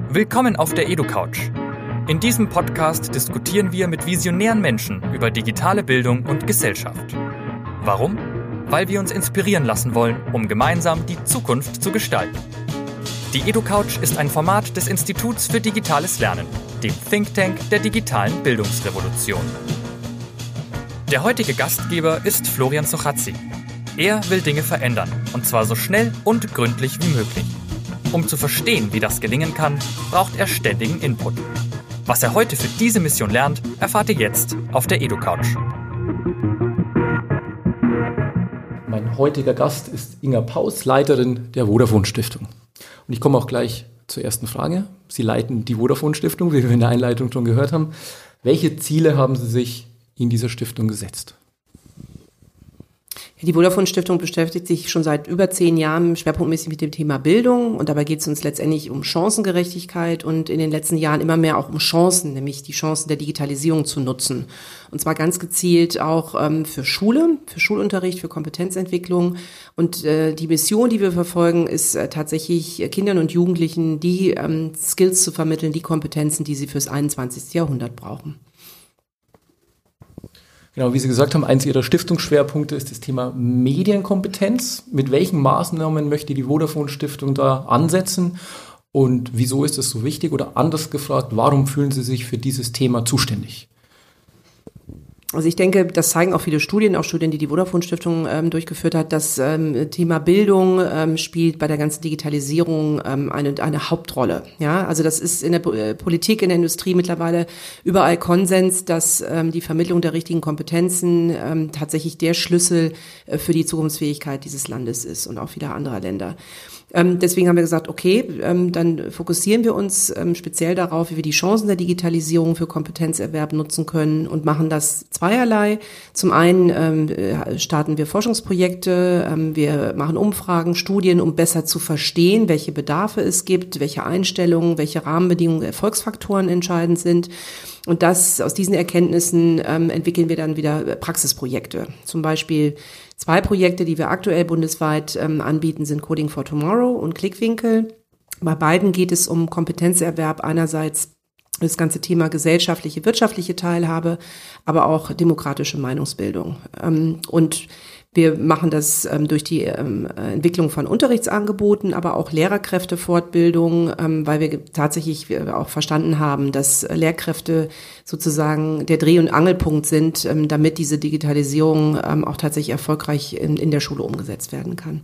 Willkommen auf der EduCouch. In diesem Podcast diskutieren wir mit visionären Menschen über digitale Bildung und Gesellschaft. Warum? Weil wir uns inspirieren lassen wollen, um gemeinsam die Zukunft zu gestalten. Die EduCouch ist ein Format des Instituts für digitales Lernen, dem Think Tank der digitalen Bildungsrevolution. Der heutige Gastgeber ist Florian Sochazzi. Er will Dinge verändern, und zwar so schnell und gründlich wie möglich. Um zu verstehen, wie das gelingen kann, braucht er ständigen Input. Was er heute für diese Mission lernt, erfahrt ihr jetzt auf der EduCouch. Mein heutiger Gast ist Inga Paus, Leiterin der Vodafone Stiftung. Und ich komme auch gleich zur ersten Frage. Sie leiten die Vodafone Stiftung, wie wir in der Einleitung schon gehört haben. Welche Ziele haben Sie sich in dieser Stiftung gesetzt? Die Vodafone Stiftung beschäftigt sich schon seit über 10 Jahren schwerpunktmäßig mit dem Thema Bildung, und dabei geht es uns letztendlich um Chancengerechtigkeit und in den letzten Jahren immer mehr auch um Chancen, nämlich die Chancen der Digitalisierung zu nutzen. Und zwar ganz gezielt auch für Schule, für Schulunterricht, für Kompetenzentwicklung. Und die Mission, die wir verfolgen, ist tatsächlich Kindern und Jugendlichen die Skills zu vermitteln, die Kompetenzen, die sie fürs 21. Jahrhundert brauchen. Genau, wie Sie gesagt haben, eins Ihrer Stiftungsschwerpunkte ist das Thema Medienkompetenz. Mit welchen Maßnahmen möchte die Vodafone Stiftung da ansetzen und wieso ist das so wichtig? Oder anders gefragt, warum fühlen Sie sich für dieses Thema zuständig? Also ich denke, das zeigen auch viele Studien, auch Studien, die die Vodafone Stiftung durchgeführt hat. Das Thema Bildung spielt bei der ganzen Digitalisierung eine Hauptrolle. Ja, also das ist in der Politik, in der Industrie mittlerweile überall Konsens, dass die Vermittlung der richtigen Kompetenzen tatsächlich der Schlüssel für die Zukunftsfähigkeit dieses Landes ist und auch vieler anderer Länder. Deswegen haben wir gesagt, okay, dann fokussieren wir uns speziell darauf, wie wir die Chancen der Digitalisierung für Kompetenzerwerb nutzen können und machen das zweierlei. Zum einen starten wir Forschungsprojekte, wir machen Umfragen, Studien, um besser zu verstehen, welche Bedarfe es gibt, welche Einstellungen, welche Rahmenbedingungen, Erfolgsfaktoren entscheidend sind. Und aus diesen Erkenntnissen entwickeln wir dann wieder Praxisprojekte. Zum Beispiel 2 Projekte, die wir aktuell bundesweit anbieten, sind Coding for Tomorrow und Klickwinkel. Bei beiden geht es um Kompetenzerwerb, einerseits das ganze Thema gesellschaftliche, wirtschaftliche Teilhabe, aber auch demokratische Meinungsbildung. Und wir machen das durch die Entwicklung von Unterrichtsangeboten, aber auch Lehrerkräftefortbildung, weil wir tatsächlich auch verstanden haben, dass Lehrkräfte sozusagen der Dreh- und Angelpunkt sind, damit diese Digitalisierung auch tatsächlich erfolgreich in der Schule umgesetzt werden kann.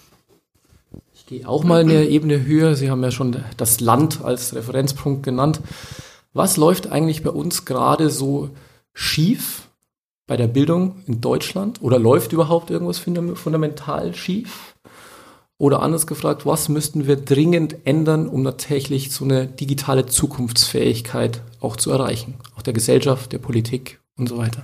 Ich gehe auch mal eine Ebene höher. Sie haben ja schon das Land als Referenzpunkt genannt. Was läuft eigentlich bei uns gerade so schief bei der Bildung in Deutschland? Oder läuft überhaupt irgendwas fundamental schief? Oder anders gefragt, was müssten wir dringend ändern, um tatsächlich so eine digitale Zukunftsfähigkeit auch zu erreichen? Auch der Gesellschaft, der Politik und so weiter.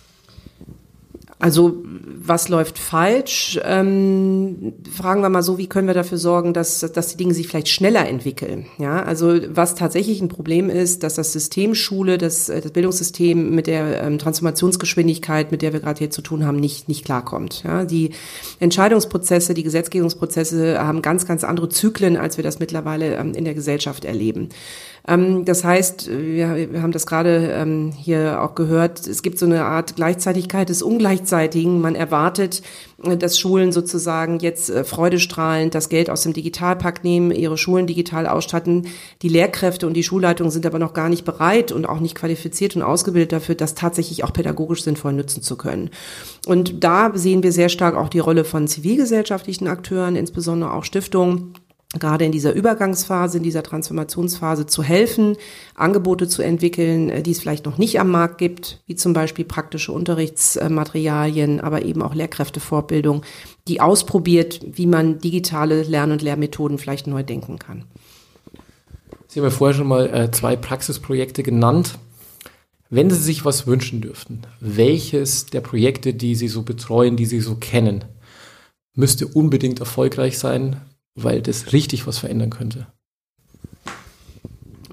Also was läuft falsch? Fragen wir mal so, wie können wir dafür sorgen, dass die Dinge sich vielleicht schneller entwickeln? Ja, also was tatsächlich ein Problem ist, dass das System Schule, das Bildungssystem mit der Transformationsgeschwindigkeit, mit der wir gerade hier zu tun haben, nicht klarkommt. Ja, die Entscheidungsprozesse, die Gesetzgebungsprozesse haben ganz, ganz andere Zyklen, als wir das mittlerweile in der Gesellschaft erleben. Das heißt, wir haben das gerade hier auch gehört, es gibt so eine Art Gleichzeitigkeit des Ungleichzeitigen. Man erwartet, dass Schulen sozusagen jetzt freudestrahlend das Geld aus dem Digitalpakt nehmen, ihre Schulen digital ausstatten. Die Lehrkräfte und die Schulleitungen sind aber noch gar nicht bereit und auch nicht qualifiziert und ausgebildet dafür, das tatsächlich auch pädagogisch sinnvoll nutzen zu können. Und da sehen wir sehr stark auch die Rolle von zivilgesellschaftlichen Akteuren, insbesondere auch Stiftungen, gerade in dieser Übergangsphase, in dieser Transformationsphase zu helfen, Angebote zu entwickeln, die es vielleicht noch nicht am Markt gibt, wie zum Beispiel praktische Unterrichtsmaterialien, aber eben auch Lehrkräftefortbildung, die ausprobiert, wie man digitale Lern- und Lehrmethoden vielleicht neu denken kann. Sie haben ja vorher schon mal 2 Praxisprojekte genannt. Wenn Sie sich was wünschen dürften, welches der Projekte, die Sie so betreuen, die Sie so kennen, müsste unbedingt erfolgreich sein, weil das richtig was verändern könnte?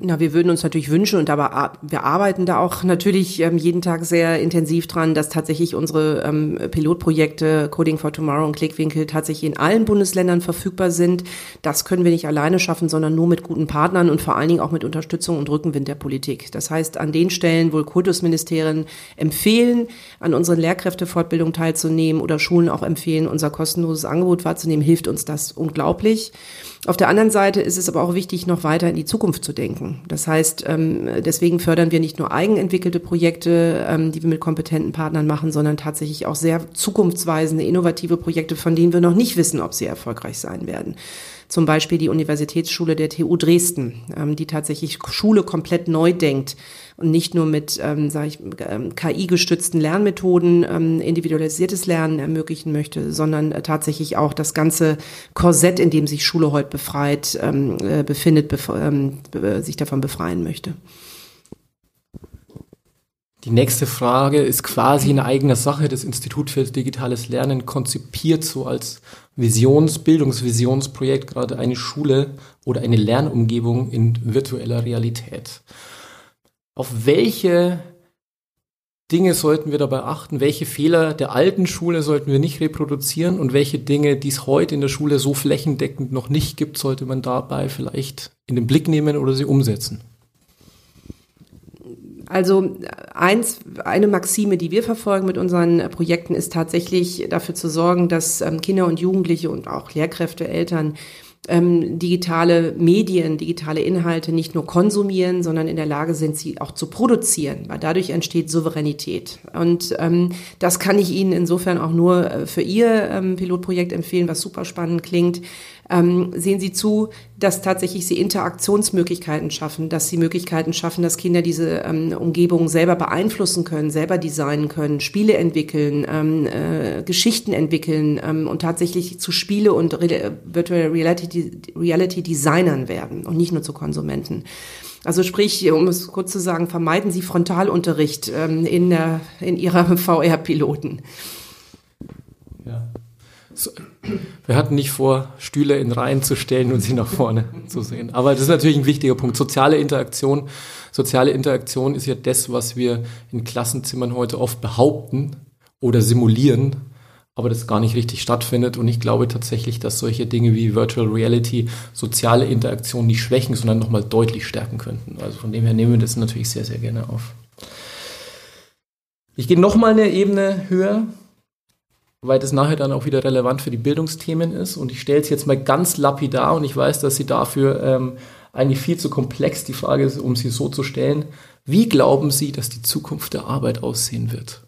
Na, wir würden uns natürlich wünschen und aber wir arbeiten da auch natürlich jeden Tag sehr intensiv dran, dass tatsächlich unsere Pilotprojekte Coding for Tomorrow und Klickwinkel tatsächlich in allen Bundesländern verfügbar sind. Das können wir nicht alleine schaffen, sondern nur mit guten Partnern und vor allen Dingen auch mit Unterstützung und Rückenwind der Politik. Das heißt, an den Stellen, wo Kultusministerien empfehlen, an unseren Lehrkräftefortbildungen teilzunehmen oder Schulen auch empfehlen, unser kostenloses Angebot wahrzunehmen, hilft uns das unglaublich. Auf der anderen Seite ist es aber auch wichtig, noch weiter in die Zukunft zu denken. Das heißt, deswegen fördern wir nicht nur eigenentwickelte Projekte, die wir mit kompetenten Partnern machen, sondern tatsächlich auch sehr zukunftsweisende, innovative Projekte, von denen wir noch nicht wissen, ob sie erfolgreich sein werden. Zum Beispiel die Universitätsschule der TU Dresden, die tatsächlich Schule komplett neu denkt und nicht nur mit KI-gestützten Lernmethoden individualisiertes Lernen ermöglichen möchte, sondern tatsächlich auch das ganze Korsett, in dem sich Schule heute befindet, sich davon befreien möchte. Die nächste Frage ist quasi in eigener Sache. Das Institut für digitales Lernen konzipiert so als Bildungsvisionsprojekt gerade eine Schule oder eine Lernumgebung in virtueller Realität. Auf welche Dinge sollten wir dabei achten? Welche Fehler der alten Schule sollten wir nicht reproduzieren? Und welche Dinge, die es heute in der Schule so flächendeckend noch nicht gibt, sollte man dabei vielleicht in den Blick nehmen oder sie umsetzen? Also eine Maxime, die wir verfolgen mit unseren Projekten, ist tatsächlich dafür zu sorgen, dass Kinder und Jugendliche und auch Lehrkräfte, Eltern digitale Medien, digitale Inhalte nicht nur konsumieren, sondern in der Lage sind, sie auch zu produzieren, weil dadurch entsteht Souveränität. Und das kann ich Ihnen insofern auch nur für Ihr Pilotprojekt empfehlen, was super spannend klingt. Sehen Sie zu, dass tatsächlich Sie Interaktionsmöglichkeiten schaffen, dass Sie Möglichkeiten schaffen, dass Kinder diese Umgebung selber beeinflussen können, selber designen können, Spiele entwickeln, Geschichten entwickeln und tatsächlich zu Spiele- und Virtual Reality Designern werden und nicht nur zu Konsumenten. Also sprich, um es kurz zu sagen, vermeiden Sie Frontalunterricht in Ihrer VR-Piloten. Ja. So, wir hatten nicht vor, Stühle in Reihen zu stellen und sie nach vorne zu sehen. Aber das ist natürlich ein wichtiger Punkt. Soziale Interaktion ist ja das, was wir in Klassenzimmern heute oft behaupten oder simulieren, aber das gar nicht richtig stattfindet. Und ich glaube tatsächlich, dass solche Dinge wie Virtual Reality soziale Interaktion nicht schwächen, sondern nochmal deutlich stärken könnten. Also von dem her nehmen wir das natürlich sehr, sehr gerne auf. Ich gehe nochmal eine Ebene höher, weil das nachher dann auch wieder relevant für die Bildungsthemen ist. Und ich stelle es jetzt mal ganz lapidar und ich weiß, dass Sie dafür eigentlich viel zu komplex die Frage ist, um sie so zu stellen. Wie glauben Sie, dass die Zukunft der Arbeit aussehen wird?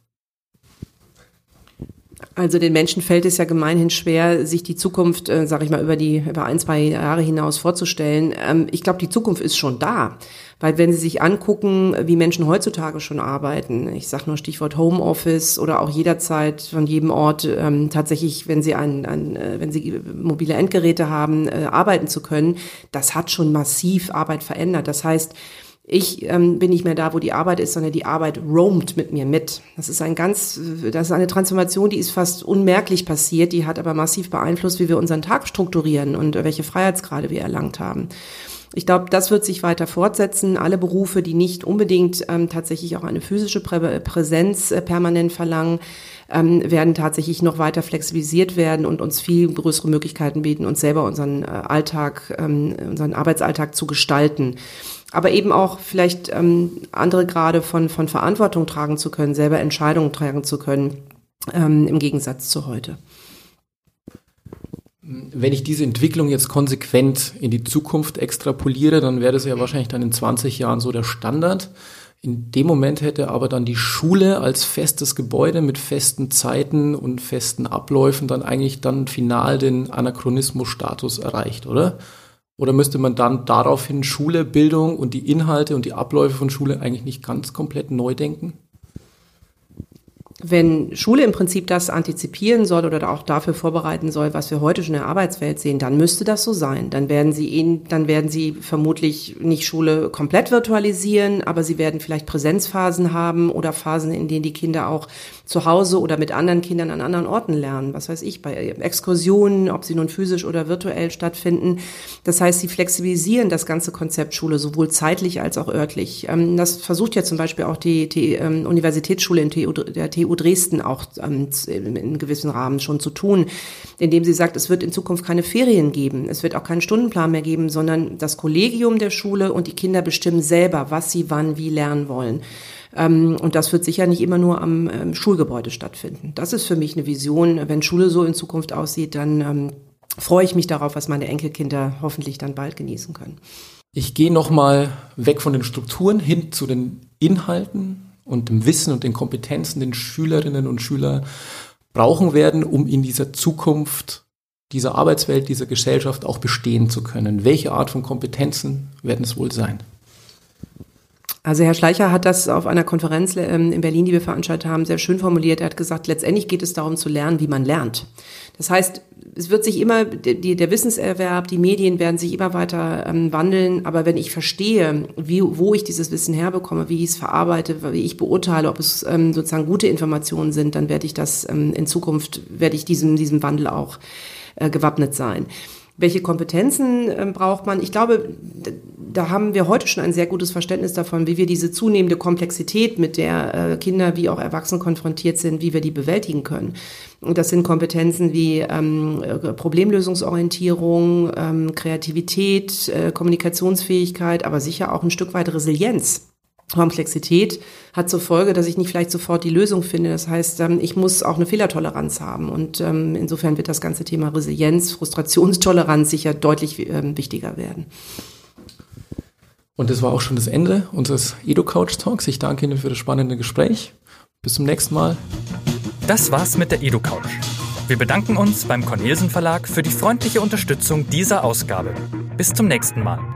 Also den Menschen fällt es ja gemeinhin schwer, sich die Zukunft, über 1-2 Jahre hinaus vorzustellen. Ich glaube, die Zukunft ist schon da. Weil wenn Sie sich angucken, wie Menschen heutzutage schon arbeiten, ich sage nur Stichwort Homeoffice oder auch jederzeit von jedem Ort tatsächlich, wenn Sie wenn Sie mobile Endgeräte haben, arbeiten zu können, das hat schon massiv Arbeit verändert. Das heißt, ich bin nicht mehr da, wo die Arbeit ist, sondern die Arbeit roamt mit mir mit. Das ist eine Transformation, die ist fast unmerklich passiert, die hat aber massiv beeinflusst, wie wir unseren Tag strukturieren und welche Freiheitsgrade wir erlangt haben. Ich glaube, das wird sich weiter fortsetzen. Alle Berufe, die nicht unbedingt tatsächlich auch eine physische Präsenz permanent verlangen, werden tatsächlich noch weiter flexibilisiert werden und uns viel größere Möglichkeiten bieten, uns selber unseren Arbeitsalltag zu gestalten. Aber eben auch vielleicht andere Grade von Verantwortung tragen zu können, selber Entscheidungen tragen zu können, im Gegensatz zu heute. Wenn ich diese Entwicklung jetzt konsequent in die Zukunft extrapoliere, dann wäre das ja wahrscheinlich dann in 20 Jahren so der Standard. In dem Moment hätte aber dann die Schule als festes Gebäude mit festen Zeiten und festen Abläufen dann eigentlich dann final den Anachronismus-Status erreicht, oder? Oder müsste man dann daraufhin Schule, Bildung und die Inhalte und die Abläufe von Schule eigentlich nicht ganz komplett neu denken? wenn Schule im Prinzip das antizipieren soll oder auch dafür vorbereiten soll, was wir heute schon in der Arbeitswelt sehen, dann müsste das so sein. Dann werden sie vermutlich nicht Schule komplett virtualisieren, aber sie werden vielleicht Präsenzphasen haben oder Phasen, in denen die Kinder auch zu Hause oder mit anderen Kindern an anderen Orten lernen. Was weiß ich, bei Exkursionen, ob sie nun physisch oder virtuell stattfinden. Das heißt, sie flexibilisieren das ganze Konzept Schule, sowohl zeitlich als auch örtlich. Das versucht ja zum Beispiel auch die Universitätsschule in der TU Dresden auch in gewissem Rahmen schon zu tun, indem sie sagt, es wird in Zukunft keine Ferien geben, es wird auch keinen Stundenplan mehr geben, sondern das Kollegium der Schule und die Kinder bestimmen selber, was sie wann wie lernen wollen. Und das wird sicher nicht immer nur am Schulgebäude stattfinden. Das ist für mich eine Vision. Wenn Schule so in Zukunft aussieht, dann freue ich mich darauf, was meine Enkelkinder hoffentlich dann bald genießen können. Ich gehe nochmal weg von den Strukturen hin zu den Inhalten und dem Wissen und den Kompetenzen, den Schülerinnen und Schüler brauchen werden, um in dieser Zukunft, dieser Arbeitswelt, dieser Gesellschaft auch bestehen zu können. Welche Art von Kompetenzen werden es wohl sein? Also Herr Schleicher hat das auf einer Konferenz in Berlin, die wir veranstaltet haben, sehr schön formuliert. Er hat gesagt, letztendlich geht es darum zu lernen, wie man lernt. Das heißt, es wird sich immer, der Wissenserwerb, die Medien werden sich immer weiter wandeln. Aber wenn ich verstehe, wo ich dieses Wissen herbekomme, wie ich es verarbeite, wie ich beurteile, ob es sozusagen gute Informationen sind, dann werde ich das in Zukunft, diesem Wandel auch gewappnet sein. Welche Kompetenzen braucht man? Ich glaube, da haben wir heute schon ein sehr gutes Verständnis davon, wie wir diese zunehmende Komplexität, mit der Kinder wie auch Erwachsene konfrontiert sind, wie wir die bewältigen können. Und das sind Kompetenzen wie Problemlösungsorientierung, Kreativität, Kommunikationsfähigkeit, aber sicher auch ein Stück weit Resilienz. Komplexität hat zur Folge, dass ich nicht vielleicht sofort die Lösung finde. Das heißt, ich muss auch eine Fehlertoleranz haben. Und insofern wird das ganze Thema Resilienz, Frustrationstoleranz sicher deutlich wichtiger werden. Und das war auch schon das Ende unseres EduCouch-Talks. Ich danke Ihnen für das spannende Gespräch. Bis zum nächsten Mal. Das war's mit der EduCouch. Wir bedanken uns beim Cornelsen Verlag für die freundliche Unterstützung dieser Ausgabe. Bis zum nächsten Mal.